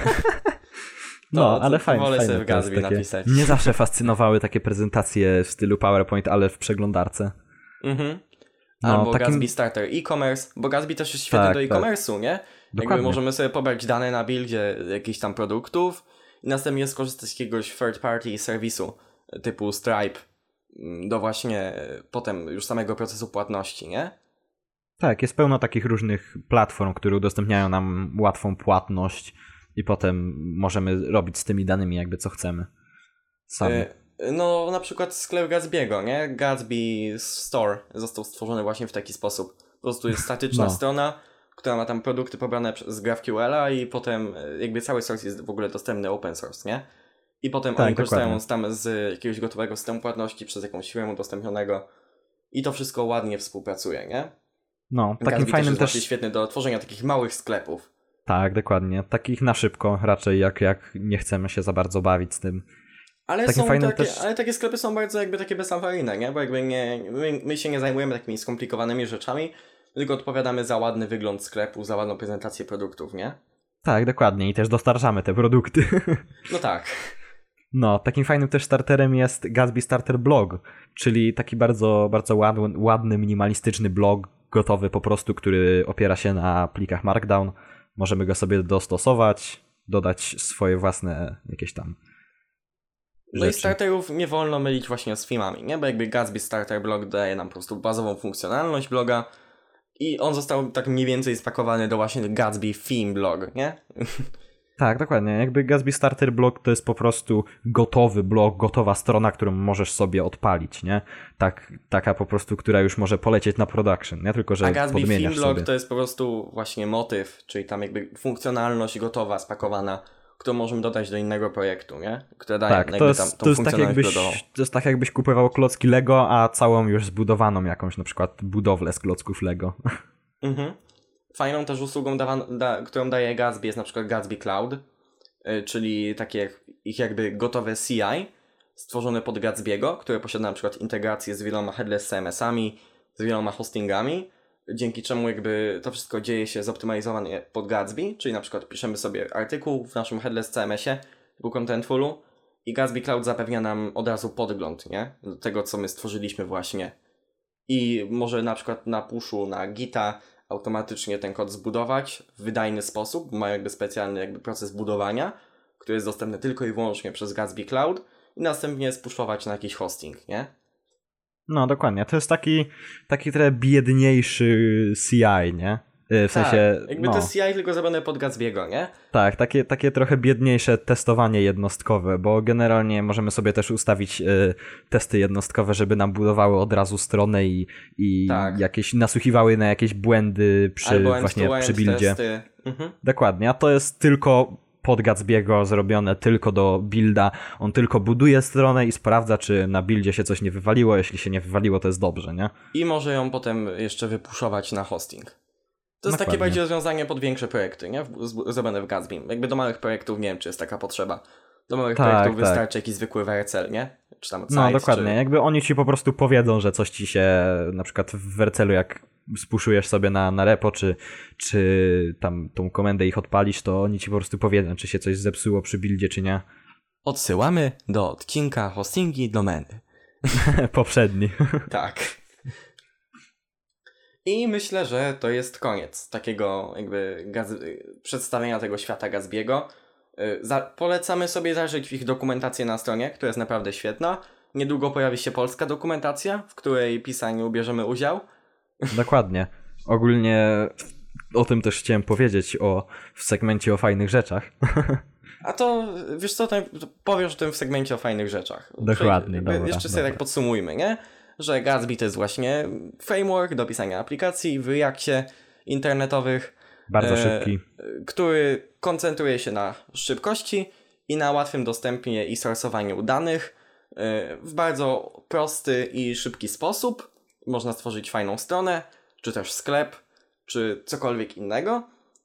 No, to, ale to fajnie. Wolę fajne sobie w Gatsby takie... napisać. Mnie zawsze fascynowały takie prezentacje w stylu PowerPoint, ale w przeglądarce. Mhm. No, Albo takim... Gatsby Starter e-commerce, bo Gatsby też jest świetny tak, do e-commerce'u, nie? Dokładnie. Jakby możemy sobie pobrać dane na buildzie jakichś tam produktów i następnie skorzystać z jakiegoś third party serwisu typu Stripe do właśnie potem już samego procesu płatności, nie? Tak, jest pełno takich różnych platform, które udostępniają nam łatwą płatność i potem możemy robić z tymi danymi jakby co chcemy. Sami. No na przykład sklep Gatsby'ego, nie? Gatsby Store został stworzony właśnie w taki sposób. Po prostu jest statyczna no. strona, która ma tam produkty pobrane z GraphQL-a i potem jakby cały source jest w ogóle dostępny open source, nie? I potem tak, oni korzystają dokładnie. tam z jakiegoś gotowego systemu płatności przez jakąś firmę udostępnionego i to wszystko ładnie współpracuje, nie? No, takim Gatsby fajnym też jest też... świetny do tworzenia takich małych sklepów. Tak, dokładnie. Takich na szybko raczej, jak, jak nie chcemy się za bardzo bawić z tym. Ale, takim są fajnym takie, też... ale takie sklepy są bardzo jakby takie bezawaryjne, nie? Bo jakby nie, my, my się nie zajmujemy takimi skomplikowanymi rzeczami, tylko odpowiadamy za ładny wygląd sklepu, za ładną prezentację produktów, nie? Tak, dokładnie. I też dostarczamy te produkty. No tak. No, takim fajnym też starterem jest Gatsby Starter Blog, czyli taki bardzo, bardzo ładny, ładny, minimalistyczny blog, gotowy po prostu, który opiera się na plikach Markdown. Możemy go sobie dostosować, dodać swoje własne jakieś tam No rzeczy. i starterów nie wolno mylić właśnie z filmami, nie? Bo jakby Gatsby Starter Blog daje nam po prostu bazową funkcjonalność bloga i on został tak mniej więcej spakowany do właśnie Gatsby Theme Blog, nie? Tak, dokładnie. Jakby Gatsby Starter Block to jest po prostu gotowy blok, gotowa strona, którą możesz sobie odpalić, nie? Tak, taka po prostu, która już może polecieć na production, nie? Tylko, że A Gatsby podmieniasz Theme Block sobie. to jest po prostu właśnie motyw, czyli tam jakby funkcjonalność gotowa, spakowana, którą możemy dodać do innego projektu, nie? Która daje Tak, jakby to jest, tam tą to jest tak funkcjonalność jakbyś, dodawą. to jest tak jakbyś kupował klocki Lego, a całą już zbudowaną jakąś na przykład budowlę z klocków Lego. Mhm. Fajną też usługą, dawa, da, którą daje Gatsby jest na przykład Gatsby Cloud, y, czyli takie ich jakby gotowe C I stworzone pod Gatsby'ego, które posiada na przykład integrację z wieloma headless C M S-ami, z wieloma hostingami, dzięki czemu jakby to wszystko dzieje się zoptymalizowanie pod Gatsby, czyli na przykład piszemy sobie artykuł w naszym headless C M S-ie, typu Contentfulu i Gatsby Cloud zapewnia nam od razu podgląd, nie? Do tego, co my stworzyliśmy właśnie. I może na przykład na pushu, na Gita automatycznie ten kod zbudować w wydajny sposób, ma jakby specjalny jakby proces budowania, który jest dostępny tylko i wyłącznie przez Gatsby Cloud i następnie spuszować na jakiś hosting, nie? No, dokładnie. To jest taki, taki trochę biedniejszy C I, nie? W sensie, tak, jakby no. to jest C I tylko zrobione pod Gatsby'ego, nie? Tak, takie, takie trochę biedniejsze testowanie jednostkowe, bo generalnie możemy sobie też ustawić y, testy jednostkowe, żeby nam budowały od razu stronę i, i tak. jakieś nasłuchiwały na jakieś błędy przy Albo właśnie end-to-end przy buildzie. testy. Mhm. Dokładnie, a to jest tylko pod Gatsby'ego zrobione, tylko do builda. On tylko buduje stronę i sprawdza, czy na buildzie się coś nie wywaliło. Jeśli się nie wywaliło, to jest dobrze, nie? I może ją potem jeszcze wypuszować na hosting. To jest Dokładnie. takie bardziej rozwiązanie pod większe projekty, nie? W- z- Zrobione w Gatsby. Jakby do małych projektów nie wiem, czy jest taka potrzeba. Do małych Tak, projektów tak. wystarczy jakiś zwykły W R C L, nie? Czy tam No Sites, dokładnie, Czy... jakby oni ci po prostu powiedzą, że coś ci się na przykład w wercelu, jak spuszujesz sobie na, na repo, czy, czy tam tą komendę ich odpalisz, to oni ci po prostu powiedzą, czy się coś zepsuło przy buildzie, czy nie. Odsyłamy do odcinka hostingi domeny. Poprzedni. Tak. I myślę, że to jest koniec takiego jakby gaz... przedstawienia tego świata Gatsby'ego. Yy, Za... Polecamy sobie zajrzeć w ich dokumentację na stronie, która jest naprawdę świetna. Niedługo pojawi się polska dokumentacja, w której pisaniu bierzemy udział. Dokładnie. Ogólnie o tym też chciałem powiedzieć o, w segmencie o fajnych rzeczach. A to, wiesz co, to powiesz o tym w segmencie o fajnych rzeczach. Dokładnie, Jakby dobra, Jeszcze sobie dobra. tak podsumujmy, nie? Że Gatsby to jest właśnie framework do pisania aplikacji w Reakcie internetowych. Bardzo e, szybki. Który koncentruje się na szybkości i na łatwym dostępie i sorsowaniu danych e, w bardzo prosty i szybki sposób. Można stworzyć fajną stronę, czy też sklep, czy cokolwiek innego.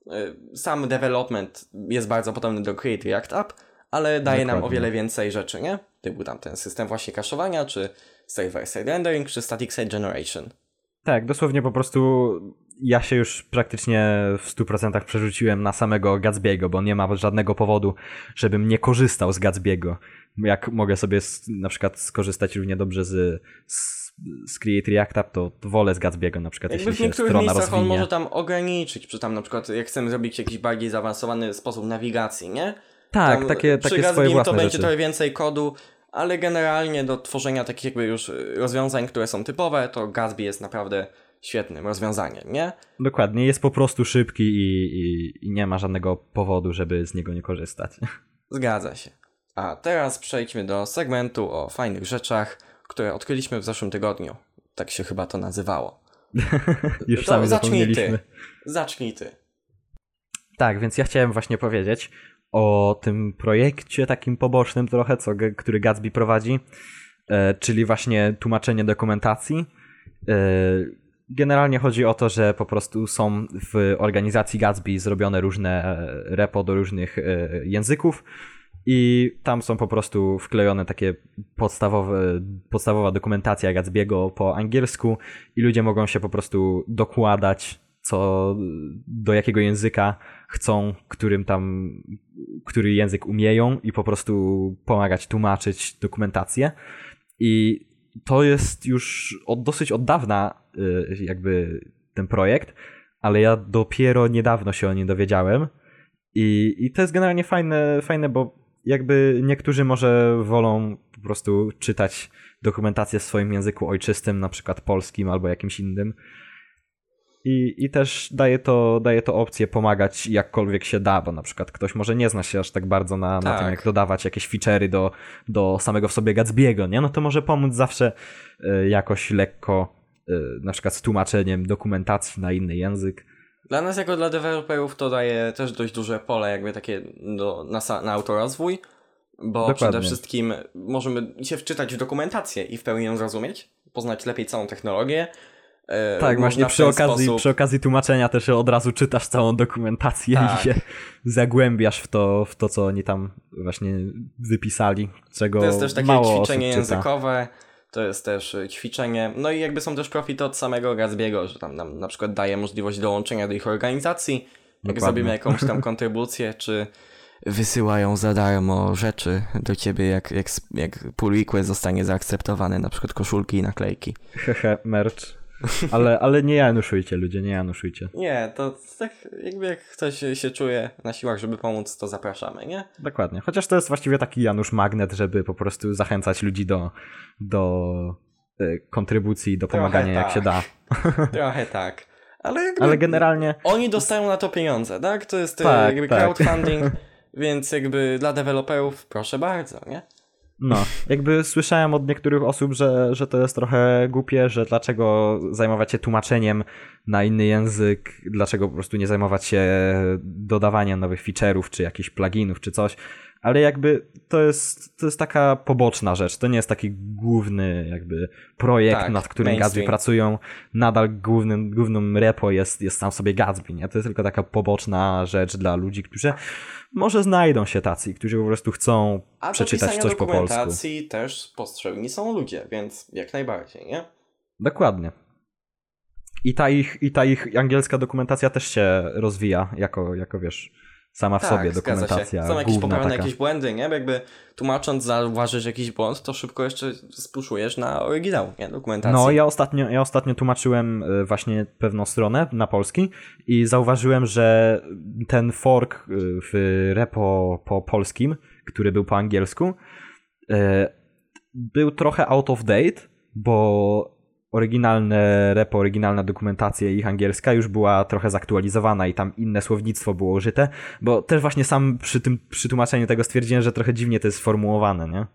Sam development jest bardzo podobny do Create React App, ale daje nam o Dokładnie. wiele więcej rzeczy, nie? Typu tam ten system właśnie kaszowania, czy server-side rendering, czy static site generation. Tak, dosłownie po prostu ja się już praktycznie w stu procentach przerzuciłem na samego Gatsby'ego, bo nie ma żadnego powodu, żebym nie korzystał z Gatsby'ego. Jak mogę sobie z, na przykład skorzystać równie dobrze z, z, z Create React App, to wolę z Gatsby'ego na przykład, Jakby jeśli w się niektórych strona miejscach rozwinie. on może tam ograniczyć, czy tam na przykład jak chcemy zrobić jakiś bardziej zaawansowany sposób nawigacji, nie? Tak, Tam takie, przy takie Gatsbym swoje to własne będzie rzeczy. trochę więcej kodu, ale generalnie do tworzenia takich jakby już rozwiązań, które są typowe, to Gatsby jest naprawdę świetnym rozwiązaniem, nie? Dokładnie, jest po prostu szybki i, i, i nie ma żadnego powodu, żeby z niego nie korzystać. Zgadza się. A teraz przejdźmy do segmentu o fajnych rzeczach, które odkryliśmy w zeszłym tygodniu. Tak się chyba to nazywało. Już To sami zacznij zapomnieliśmy. ty. Zacznij ty. Tak, więc ja chciałem właśnie powiedzieć o tym projekcie takim pobocznym trochę, co, który Gatsby prowadzi, e, czyli właśnie tłumaczenie dokumentacji. E, generalnie chodzi o to, że po prostu są w organizacji Gatsby zrobione różne e, repo do różnych e, języków i tam są po prostu wklejone takie podstawowe, podstawowa dokumentacja Gatsby'ego po angielsku i ludzie mogą się po prostu dokładać, co do jakiego języka chcą, którym tam, który język umieją i po prostu pomagać tłumaczyć dokumentację. I to jest już od, dosyć od dawna y, jakby ten projekt, ale ja dopiero niedawno się o nim dowiedziałem i, i to jest generalnie fajne, fajne, bo jakby niektórzy może wolą po prostu czytać dokumentację w swoim języku ojczystym, na przykład polskim albo jakimś innym. I, I też daje to, daje to opcję pomagać jakkolwiek się da, bo na przykład ktoś może nie zna się aż tak bardzo na, na Tak. tym, jak dodawać jakieś feature'y do, do samego w sobie Gatsby'ego, nie? No to może pomóc zawsze y, jakoś lekko, y, na przykład z tłumaczeniem dokumentacji na inny język. Dla nas jako dla deweloperów to daje też dość duże pole jakby takie do, na, sa- na autorozwój, bo Dokładnie. przede wszystkim możemy się wczytać w dokumentację i w pełni ją zrozumieć, poznać lepiej całą technologię. E, Tak, właśnie można w przy ten okazji, sposób... przy okazji tłumaczenia też od razu czytasz całą dokumentację Tak. i się zagłębiasz w to, w to, co oni tam właśnie wypisali, czego To jest też takie mało ćwiczenie osób czyta. językowe, to jest też y, ćwiczenie, no i jakby są też profity od samego Gatsby'ego, że tam nam na przykład daje możliwość dołączenia do ich organizacji, jak Dokładnie. zrobimy jakąś tam kontrybucję, czy wysyłają za darmo rzeczy do ciebie, jak, jak, jak pull request zostanie zaakceptowany, na przykład koszulki i naklejki. Hehe, merch. Ale, ale nie januszujcie, ludzie, nie januszujcie. Nie, to tak jakby jak ktoś się czuje na siłach, żeby pomóc, to zapraszamy, nie? Dokładnie. Chociaż to jest właściwie taki Janusz magnet, żeby po prostu zachęcać ludzi do, do e, kontrybucji, do Trochę pomagania jak tak. się da. Trochę tak. Ale jakby Ale generalnie oni dostają na to pieniądze, tak? To jest Tak, tak, jakby tak. crowdfunding, więc jakby dla deweloperów proszę bardzo, nie? no, jakby słyszałem od niektórych osób, że, że to jest trochę głupie, że dlaczego zajmować się tłumaczeniem na inny język, dlaczego po prostu nie zajmować się dodawaniem nowych feature'ów, czy jakichś pluginów, czy coś, ale jakby to jest, to jest taka poboczna rzecz, to nie jest taki główny jakby projekt, Tak, nad którym mainstream. Gatsby pracują, nadal głównym, głównym repo jest, jest sam sobie Gatsby, nie? To jest tylko taka poboczna rzecz dla ludzi, którzy może znajdą się tacy, którzy po prostu chcą A do przeczytać pisania coś po polsku. dokumentacji też potrzebni są ludzie, więc jak najbardziej, nie? Dokładnie. I ta ich, i ta ich angielska dokumentacja też się rozwija jako, jako wiesz, sama w Tak, sobie zgadza dokumentacja się. Są jakieś główna poprawne taka. jakieś błędy, nie? Bo jakby tłumacząc zauważysz jakiś błąd, to szybko jeszcze spuszujesz na oryginał, nie? Dokumentacji. No, ja ostatnio, ja ostatnio tłumaczyłem y, właśnie pewną stronę na polski i zauważyłem, że ten fork y, w repo po polskim, który był po angielsku, y, był trochę out of date, bo oryginalne repo, oryginalna dokumentacja ich angielska już była trochę zaktualizowana i tam inne słownictwo było użyte, bo też właśnie sam przy tym przy tłumaczeniu tego stwierdziłem, że trochę dziwnie to jest sformułowane, nie?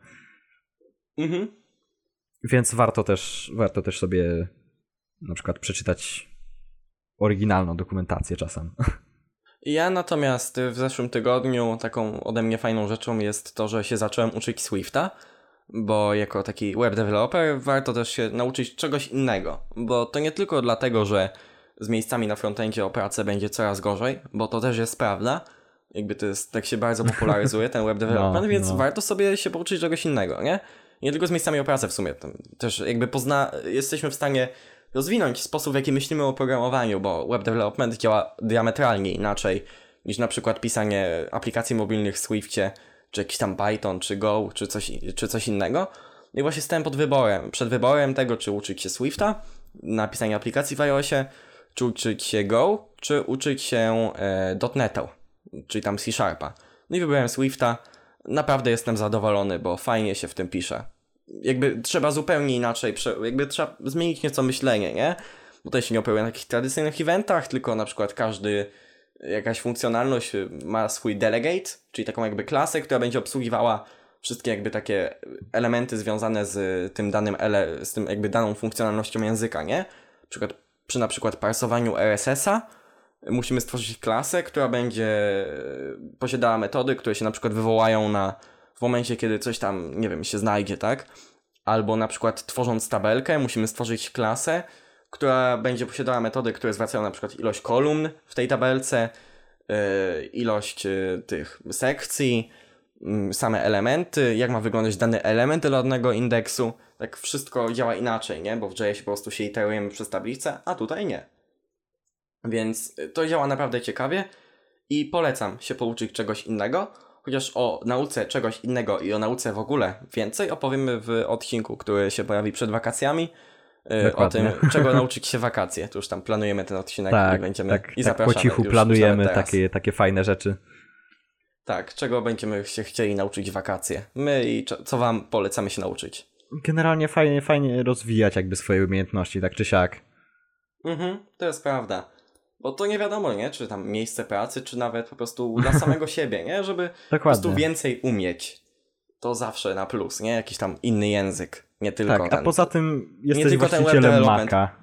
Mhm. Więc warto też, warto też sobie na przykład przeczytać oryginalną dokumentację czasem. Ja natomiast w zeszłym tygodniu taką ode mnie fajną rzeczą jest to, że się zacząłem uczyć Swifta, bo jako taki web developer warto też się nauczyć czegoś innego, bo to nie tylko dlatego, że z miejscami na frontendzie o pracę będzie coraz gorzej, bo to też jest prawda, jakby to jest, tak się bardzo popularyzuje ten web development, No, więc no. warto sobie się pouczyć czegoś innego, nie? Nie tylko z miejscami o pracę w sumie, tam też jakby pozna, jesteśmy w stanie rozwinąć sposób, w jaki myślimy o programowaniu, bo web development działa diametralnie inaczej niż na przykład pisanie aplikacji mobilnych w Swiftie, czy jakiś tam Python, czy Go, czy coś, czy coś innego. I właśnie stałem pod wyborem, przed wyborem tego, czy uczyć się Swifta na pisanie aplikacji w iOSie, czy uczyć się Go, czy uczyć się e, .NET-u, czyli tam C Sharpa. No i wybrałem Swifta. Naprawdę jestem zadowolony, bo fajnie się w tym pisze. Jakby trzeba zupełnie inaczej, jakby trzeba zmienić nieco myślenie, nie? Bo tutaj się nie operuje na takich tradycyjnych eventach, tylko na przykład każdy, jakaś funkcjonalność ma swój delegate, czyli taką jakby klasę, która będzie obsługiwała wszystkie jakby takie elementy związane z tym danym, ele- z tym jakby daną funkcjonalnością języka, nie? Na przykład, przy na przykład parsowaniu R S S-a musimy stworzyć klasę, która będzie posiadała metody, które się na przykład wywołają na w momencie, kiedy coś tam, nie wiem, się znajdzie, tak? Albo na przykład tworząc tabelkę musimy stworzyć klasę, która będzie posiadała metody, które zwracają na przykład ilość kolumn w tej tabelce, yy, ilość yy, tych sekcji, yy, same elementy, jak ma wyglądać dany element dla danego indeksu. Tak wszystko działa inaczej, nie? Bo w J S po prostu się iterujemy przez tablicę, a tutaj nie. Więc to działa naprawdę ciekawie i polecam się pouczyć czegoś innego, chociaż o nauce czegoś innego i o nauce w ogóle więcej opowiemy w odcinku, który się pojawi przed wakacjami. Dokładnie. O tym, czego nauczyć się wakacje. To już tam planujemy ten odcinek tak, i będziemy tak, i tak zapraszamy. po cichu już planujemy takie, takie fajne rzeczy. Tak, czego będziemy się chcieli nauczyć w wakacje. My i co wam polecamy się nauczyć. Generalnie fajnie, fajnie rozwijać jakby swoje umiejętności, tak czy siak. Mhm, to jest prawda. Bo to nie wiadomo, nie? Czy tam miejsce pracy, czy nawet po prostu dla samego siebie, nie? Żeby po prostu Dokładnie. więcej umieć. To zawsze na plus, nie? Jakiś tam inny język. Nie tylko Tak, a ten. poza tym jesteś tylko ten web właścicielem development. Maca.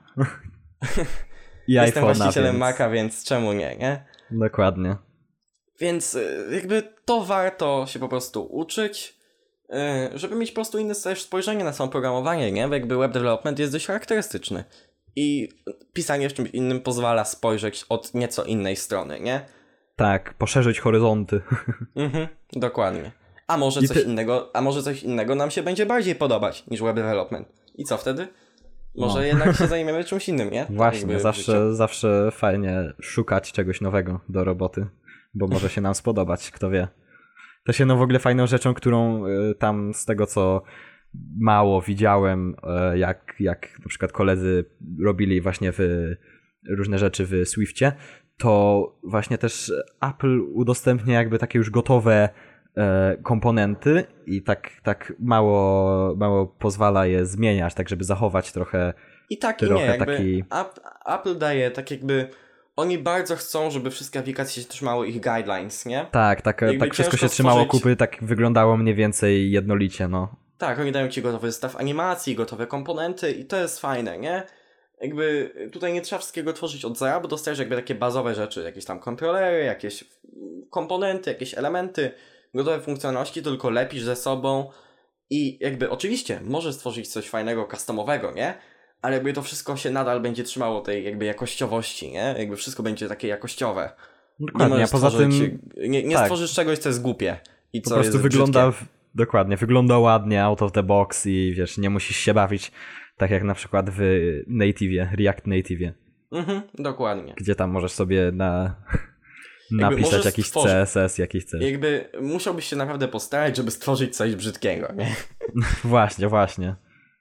I Jestem iPhone'a, właścicielem więc... Maca, więc czemu nie, nie? Dokładnie. Więc y, jakby to warto się po prostu uczyć, y, żeby mieć po prostu inne też spojrzenie na samo programowanie, nie? Bo jakby web development jest dość charakterystyczny. I pisanie w czymś innym pozwala spojrzeć od nieco innej strony, nie? Tak, poszerzyć horyzonty. Mhm, dokładnie. A może I coś ty- innego, a może coś innego nam się będzie bardziej podobać niż web development. I co wtedy? Może No. jednak się zajmiemy czymś innym, nie? Właśnie, Jakby w życiu. zawsze, zawsze fajnie szukać czegoś nowego do roboty, bo może się nam spodobać, kto wie. Też jedną w ogóle fajną rzeczą, którą y, tam z tego co mało widziałem, y, jak, jak na przykład koledzy robili właśnie w różne rzeczy w Swiftie, to właśnie też Apple udostępnia jakby takie już gotowe e, komponenty i tak, tak mało, mało pozwala je zmieniać, tak żeby zachować trochę I tak i trochę nie, jakby taki... App, Apple daje tak jakby, oni bardzo chcą, żeby wszystkie aplikacje się trzymały ich guidelines, nie? Tak, tak, Jakby tak wszystko ciężko się trzymało stworzyć- kupy, tak wyglądało mniej więcej jednolicie, no. Tak, oni dają ci gotowy zestaw animacji, gotowe komponenty i to jest fajne, nie? Jakby tutaj nie trzeba wszystkiego tworzyć od zera, bo dostajesz jakby takie bazowe rzeczy, jakieś tam kontrolery, jakieś komponenty, jakieś elementy, gotowe funkcjonalności, tylko lepisz ze sobą i jakby oczywiście możesz stworzyć coś fajnego, customowego, nie? Ale jakby to wszystko się nadal będzie trzymało tej jakby jakościowości, nie? Jakby wszystko będzie takie jakościowe. Nie Dokładnie, a możesz poza tym stworzyć, nie, nie tak. stworzysz czegoś, co jest głupie i po co prostu jest wygląda, brzydkie. w, dokładnie, wygląda ładnie, out of the box i wiesz, nie musisz się bawić tak jak na przykład w Native'ie, React Native'ie, Mhm, dokładnie. gdzie tam możesz sobie na... Jakby napisać możesz jakiś stworzyć- C S S, jaki chcesz. Jakby musiałbyś się naprawdę postarać, żeby stworzyć coś brzydkiego, nie? Właśnie, właśnie.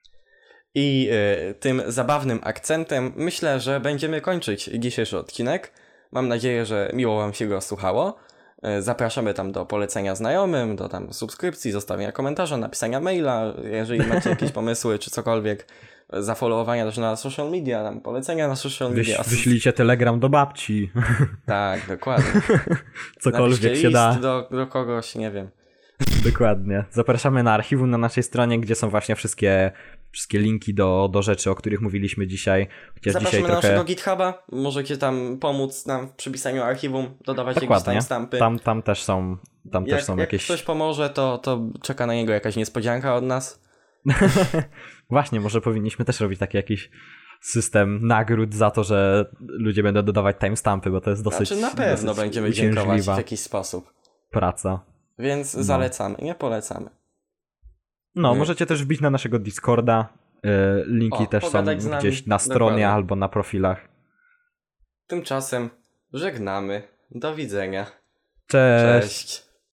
I y, tym zabawnym akcentem myślę, że będziemy kończyć dzisiejszy odcinek. Mam nadzieję, że miło wam się go słuchało. Y, zapraszamy tam do polecenia znajomym, do tam subskrypcji, zostawienia komentarza, napisania maila, jeżeli macie jakieś pomysły czy cokolwiek, y, zafollowowania też na social media, tam polecenia na social Wyś, media. wyślijcie telegram do babci. Tak, dokładnie. Cokolwiek Napiszcie się list da. Do, do kogoś, nie wiem. Dokładnie. Zapraszamy na archiwum na naszej stronie, gdzie są właśnie wszystkie, wszystkie linki do, do rzeczy, o których mówiliśmy dzisiaj. Chociaż Zapraszamy dzisiaj na trochę... naszego GitHuba, możecie tam pomóc nam w przypisaniu archiwum, dodawać jakieś Dokładnie. timestampy. Tam, tam też są, tam jak, też są jak jakieś... ktoś pomoże, to, to czeka na niego jakaś niespodzianka od nas. Właśnie, może powinniśmy też robić taki jakiś system nagród za to, że ludzie będą dodawać timestampy, bo to jest dosyć Znaczy na pewno dosyć będziemy dziękować uciążliwa w jakiś sposób. praca. Więc No. zalecamy, nie polecamy. No, Nie. możecie też wbić na naszego Discorda. y, Linki O, też są pogadać z nami. gdzieś na stronie Dokładnie. albo na profilach. Tymczasem żegnamy. Do widzenia. Cześć. Cześć.